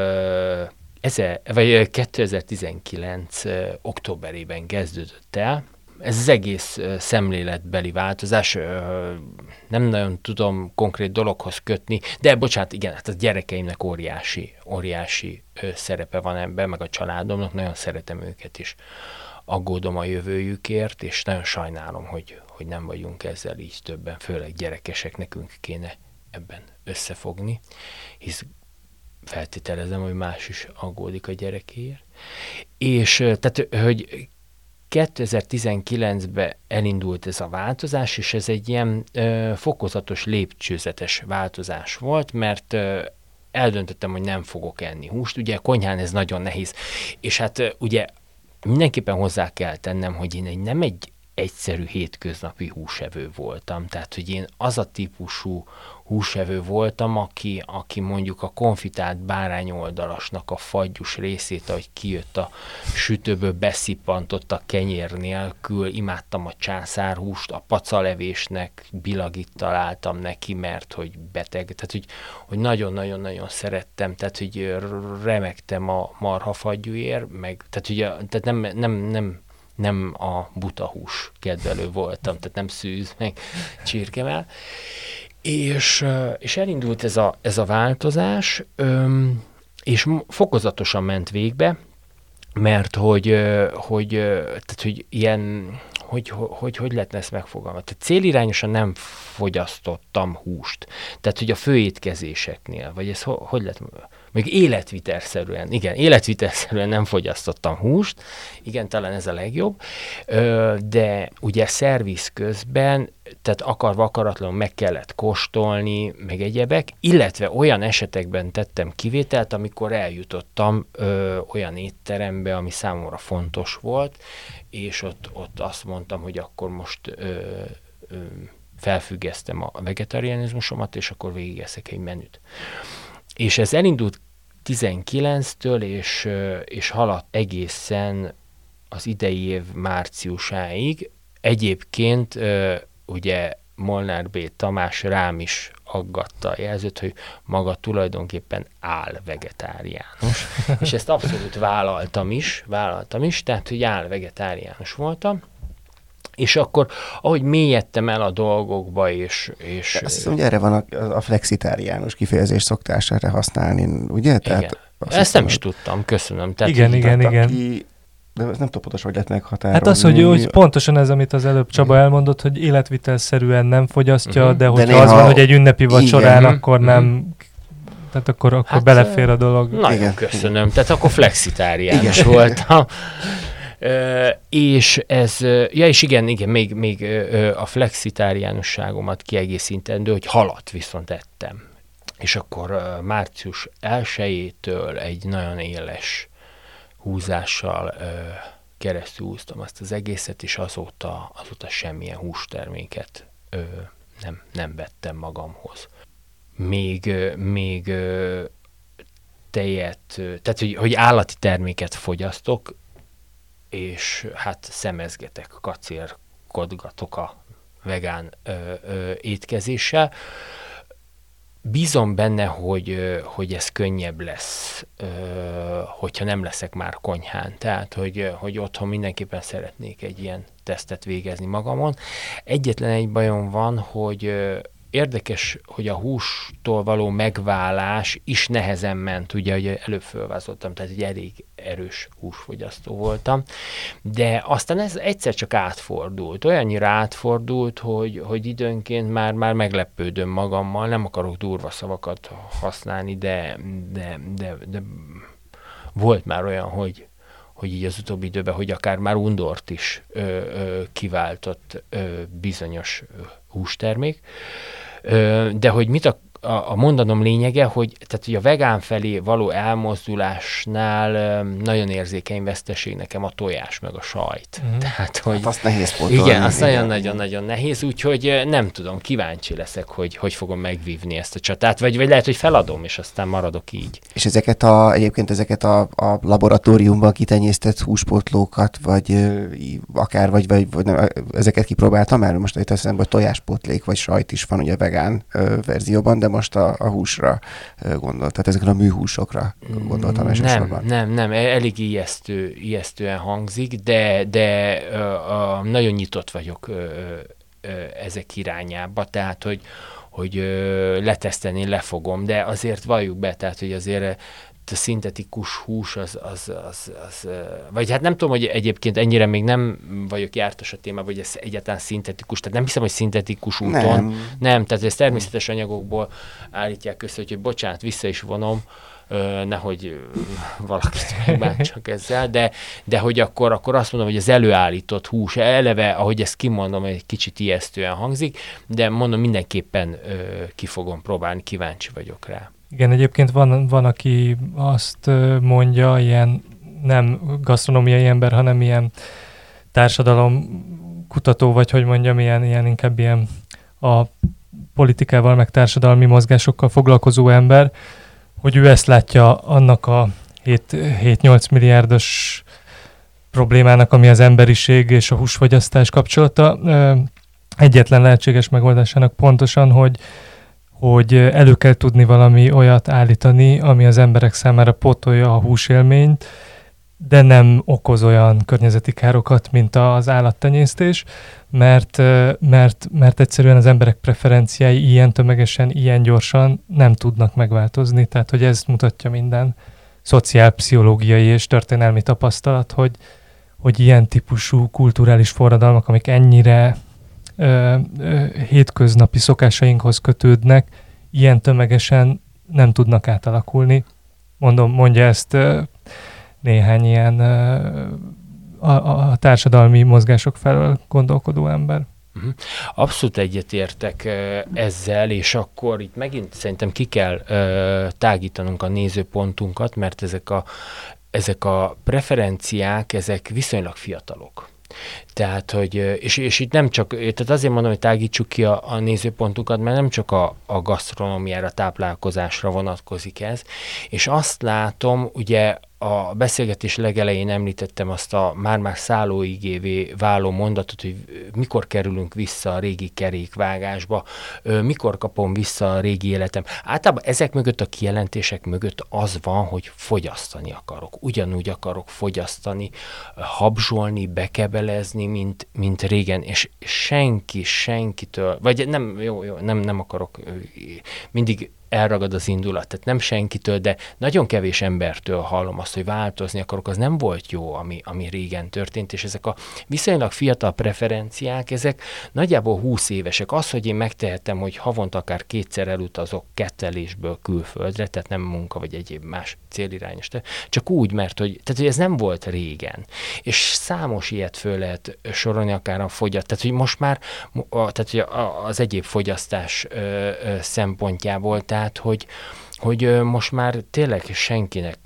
[SPEAKER 1] 2019 októberében kezdődött el. Ez az egész szemléletbeli változás, nem nagyon tudom konkrét dologhoz kötni, de bocsánat, igen, hát a gyerekeimnek óriási szerepe van ebben, meg a családomnak, nagyon szeretem őket is. Aggódom a jövőjükért, és nagyon sajnálom, hogy nem vagyunk ezzel így többen, főleg gyerekesek, nekünk kéne ebben összefogni, hisz feltételezem, hogy más is aggódik a gyerekéért. És tehát, hogy 2019-ben elindult ez a változás, és ez egy ilyen fokozatos, lépcsőzetes változás volt, mert eldöntöttem, hogy nem fogok enni húst. Ugye konyhán ez nagyon nehéz, és hát ugye mindenképpen hozzá kell tennem, hogy én nem egy egyszerű hétköznapi húsevő voltam. Tehát, hogy én az a típusú húsevő voltam, aki mondjuk a konfitált bárányoldalasnak a fagyus részét, ahogy kijött a sütőből, beszippantott a kenyér nélkül, imádtam a császárhúst, a pacalevésnek bilagit találtam neki, mert hogy beteg, tehát hogy nagyon-nagyon-nagyon szerettem, tehát hogy remegtem a marhafagyúért, meg, tehát nem a buta hús kedvelő voltam, tehát nem szűz, meg csirkemel. És elindult ez a változás, és fokozatosan ment végbe, mert hogy ilyen, hogy lehetne ezt megfogalmazni? Tehát célirányosan nem fogyasztottam húst. Tehát, hogy a főétkezéseknél, vagy ez hogy lehet, még életvitelszerűen nem fogyasztottam húst, igen, talán ez a legjobb, de ugye szerviz közben, tehát akarva akaratlanul meg kellett kóstolni, meg egyebek, illetve olyan esetekben tettem kivételt, amikor eljutottam olyan étterembe, ami számomra fontos volt, és ott azt mondtam, hogy akkor most felfüggesztem a vegetarianizmusomat, és akkor végigeszek egy menüt. És ez elindult 19-től, és haladt egészen az idei év márciusáig. Egyébként ugye Molnár B. Tamás rám is aggatta a jelzőt, hogy maga tulajdonképpen vegetáriánus. És ezt abszolút vállaltam is, tehát hogy vegetáriánus voltam. És akkor, ahogy mélyedtem el a dolgokba, és
[SPEAKER 2] azt hiszem, hogy erre van a flexitáriánus kifejezést szoktás erre használni, ugye?
[SPEAKER 1] Igen.
[SPEAKER 2] Tehát
[SPEAKER 1] ezt nem is tudtam, köszönöm. Tehát
[SPEAKER 3] igen.
[SPEAKER 2] De nem tudom pontosan, hogy lehet meghatározni.
[SPEAKER 3] Hát az, hogy pontosan ez, amit az előbb Csaba elmondott, hogy életvitelszerűen nem fogyasztja, de hogyha az van, hogy egy ünnepi vacsorán, akkor nem... Tehát akkor belefér a dolog.
[SPEAKER 1] Nagyon köszönöm. Tehát akkor flexitáriánus voltam. És ez, és igen, még a flexitáriánusságomat kiegészítendő, hogy halat viszont ettem. És akkor március 1-től egy nagyon éles húzással keresztül húztam azt az egészet, és azóta semmilyen hústerméket nem vettem magamhoz. Még tejet, tehát hogy állati terméket fogyasztok, és hát szemezgetek, kacérkodgatok a vegán étkezéssel. Bízom benne, hogy ez könnyebb lesz, hogyha nem leszek már konyhán. Tehát, hogy otthon mindenképpen szeretnék egy ilyen tesztet végezni magamon. Egyetlen egy bajom van, hogy érdekes, hogy a hústól való megválás is nehezen ment, ugye, hogy előbb fölvázoltam, tehát egy elég erős húsfogyasztó voltam, de aztán ez egyszer csak átfordult, olyannyira átfordult, hogy időnként már meglepődöm magammal, nem akarok durva szavakat használni, de volt már olyan, hogy így az utóbbi időben, hogy akár már undort is bizonyos hústermék. De hogy mit a mondanom lényege, hogy a vegán felé való elmozdulásnál nagyon érzékeny veszteség nekem a tojás meg a sajt. Tehát, hogy...
[SPEAKER 2] Hát azt nehéz pótolni.
[SPEAKER 1] Igen, azt nagyon-nagyon nehéz, úgyhogy nem tudom, kíváncsi leszek, hogy fogom megvívni ezt a csatát, vagy lehet, hogy feladom, és aztán maradok így.
[SPEAKER 2] És egyébként ezeket a laboratóriumban kitenyésztett húspótlókat, vagy akár, vagy nem, ezeket kipróbáltam el? Most itt eszembe, hogy tojáspótlék, vagy sajt is van ugye vegán verzióban, de most a húsra gondoltam, tehát ezekre a műhúsokra gondoltam elsősorban.
[SPEAKER 1] Nem, elég ijesztően hangzik, de nagyon nyitott vagyok ezek irányába, tehát, hogy letesztelni lefogom, de azért valljuk be, tehát, hogy azért a szintetikus hús az vagy hát nem tudom, hogy egyébként ennyire még nem vagyok jártas a témában, hogy ez egyáltalán szintetikus, tehát nem hiszem, hogy szintetikus úton. Nem, tehát ez természetes anyagokból állítják össze, hogy bocsánat, vissza is vonom, nehogy valakit megbántsak ezzel, de hogy akkor azt mondom, hogy az előállított hús eleve, ahogy ezt kimondom, egy kicsit ijesztően hangzik, de mondom, mindenképpen ki fogom próbálni, kíváncsi vagyok rá.
[SPEAKER 3] Igen, egyébként van, aki azt mondja, ilyen nem gasztronómiai ember, hanem ilyen társadalomkutató, vagy hogy mondjam, inkább ilyen a politikával, meg társadalmi mozgásokkal foglalkozó ember, hogy ő ezt látja annak a 7-8 milliárdos problémának, ami az emberiség és a húsfogyasztás kapcsolata. Egyetlen lehetséges megoldásának pontosan, hogy elő kell tudni valami olyat állítani, ami az emberek számára pótolja a húsélményt, de nem okoz olyan környezeti károkat, mint az állattenyésztés, mert egyszerűen az emberek preferenciái ilyen tömegesen, ilyen gyorsan nem tudnak megváltozni. Tehát, hogy ez mutatja minden szociálpszichológiai és történelmi tapasztalat, hogy ilyen típusú kulturális forradalmak, amik ennyire hétköznapi szokásainkhoz kötődnek, ilyen tömegesen nem tudnak átalakulni. Mondja ezt néhány ilyen a társadalmi mozgások felől gondolkodó ember.
[SPEAKER 1] Abszolút egyetértek ezzel, és akkor itt megint szerintem ki kell tágítanunk a nézőpontunkat, mert ezek a preferenciák, ezek viszonylag fiatalok. Tehát, hogy, és itt nem csak, tehát azért mondom, hogy tágítsuk ki a nézőpontunkat, mert nem csak a gasztronómiára, táplálkozásra vonatkozik ez, és azt látom, ugye a beszélgetés legelején említettem azt a már-már szállóigévé váló mondatot, hogy mikor kerülünk vissza a régi kerékvágásba, mikor kapom vissza a régi életem. Általában ezek mögött, a kijelentések mögött az van, hogy fogyasztani akarok. Ugyanúgy akarok fogyasztani, habzsolni, bekebelezni, mint régen, és senkitől, vagy nem akarok, mindig elragad az indulat, tehát nem senkitől, de nagyon kevés embertől hallom azt, hogy változni akarok, az nem volt jó, ami régen történt, és ezek a viszonylag fiatal preferenciák, ezek nagyjából 20 évesek. Az, hogy én megtehetem, hogy havonta akár 2-szer elutazok kettelésből külföldre, tehát nem munka vagy egyéb más célirányos, csak úgy, mert hogy ez nem volt régen. És számos ilyet föl lehet sorolni, akár a tehát hogy most már, tehát hogy az egyéb fogyasztás szempontjából, tehát, hogy most már tényleg senkinek,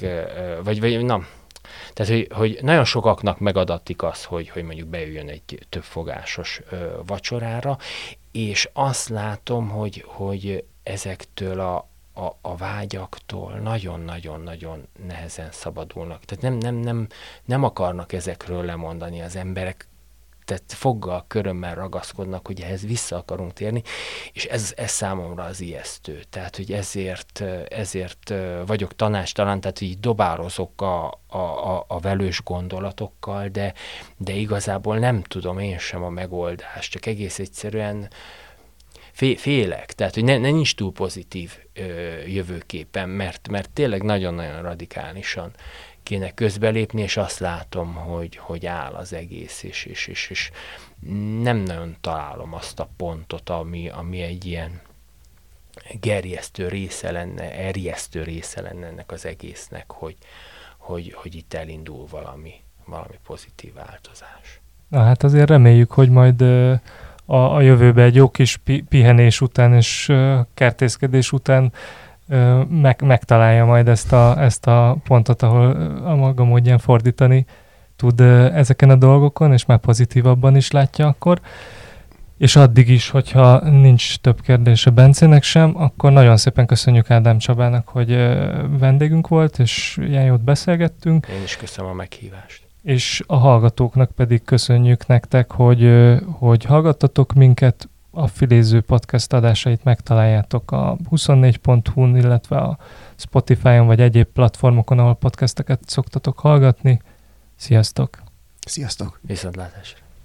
[SPEAKER 1] tehát, hogy nagyon sokaknak megadatik az, hogy mondjuk beüljön egy többfogásos vacsorára, és azt látom, hogy ezektől a vágyaktól nagyon-nagyon-nagyon nehezen szabadulnak. Tehát nem akarnak ezekről lemondani az emberek, tehát foggal, körömmel ragaszkodnak, hogy ehhez vissza akarunk térni, és ez számomra az ijesztő. Tehát, hogy ezért vagyok tanácstalan, tehát így dobálozok a velős gondolatokkal, de igazából nem tudom én sem a megoldást, csak egész egyszerűen félek, tehát, hogy nincs túl pozitív jövőképen, mert tényleg nagyon-nagyon radikálisan kéne közbelépni, és azt látom, hogy áll az egész, és nem nagyon találom azt a pontot, ami egy ilyen erjesztő része lenne ennek az egésznek, hogy itt elindul valami pozitív változás.
[SPEAKER 3] Na hát azért reméljük, hogy majd a jövőbe egy jó kis pihenés után és kertészkedés után megtalálja majd ezt a pontot, ahol a maga módján fordítani tud ezeken a dolgokon, és már pozitívabban is látja akkor. És addig is, hogyha nincs több kérdése Bencének sem, akkor nagyon szépen köszönjük Ádám Csabának, hogy vendégünk volt, és ilyen jót beszélgettünk.
[SPEAKER 1] Én is köszönöm a meghívást.
[SPEAKER 3] És a hallgatóknak pedig köszönjük nektek, hogy hallgattatok minket. A Filéző podcast adásait megtaláljátok a 24.hu-n, illetve a Spotify-on vagy egyéb platformokon, ahol podcasteket szoktatok hallgatni. Sziasztok!
[SPEAKER 2] Sziasztok!
[SPEAKER 1] Viszontlátásra!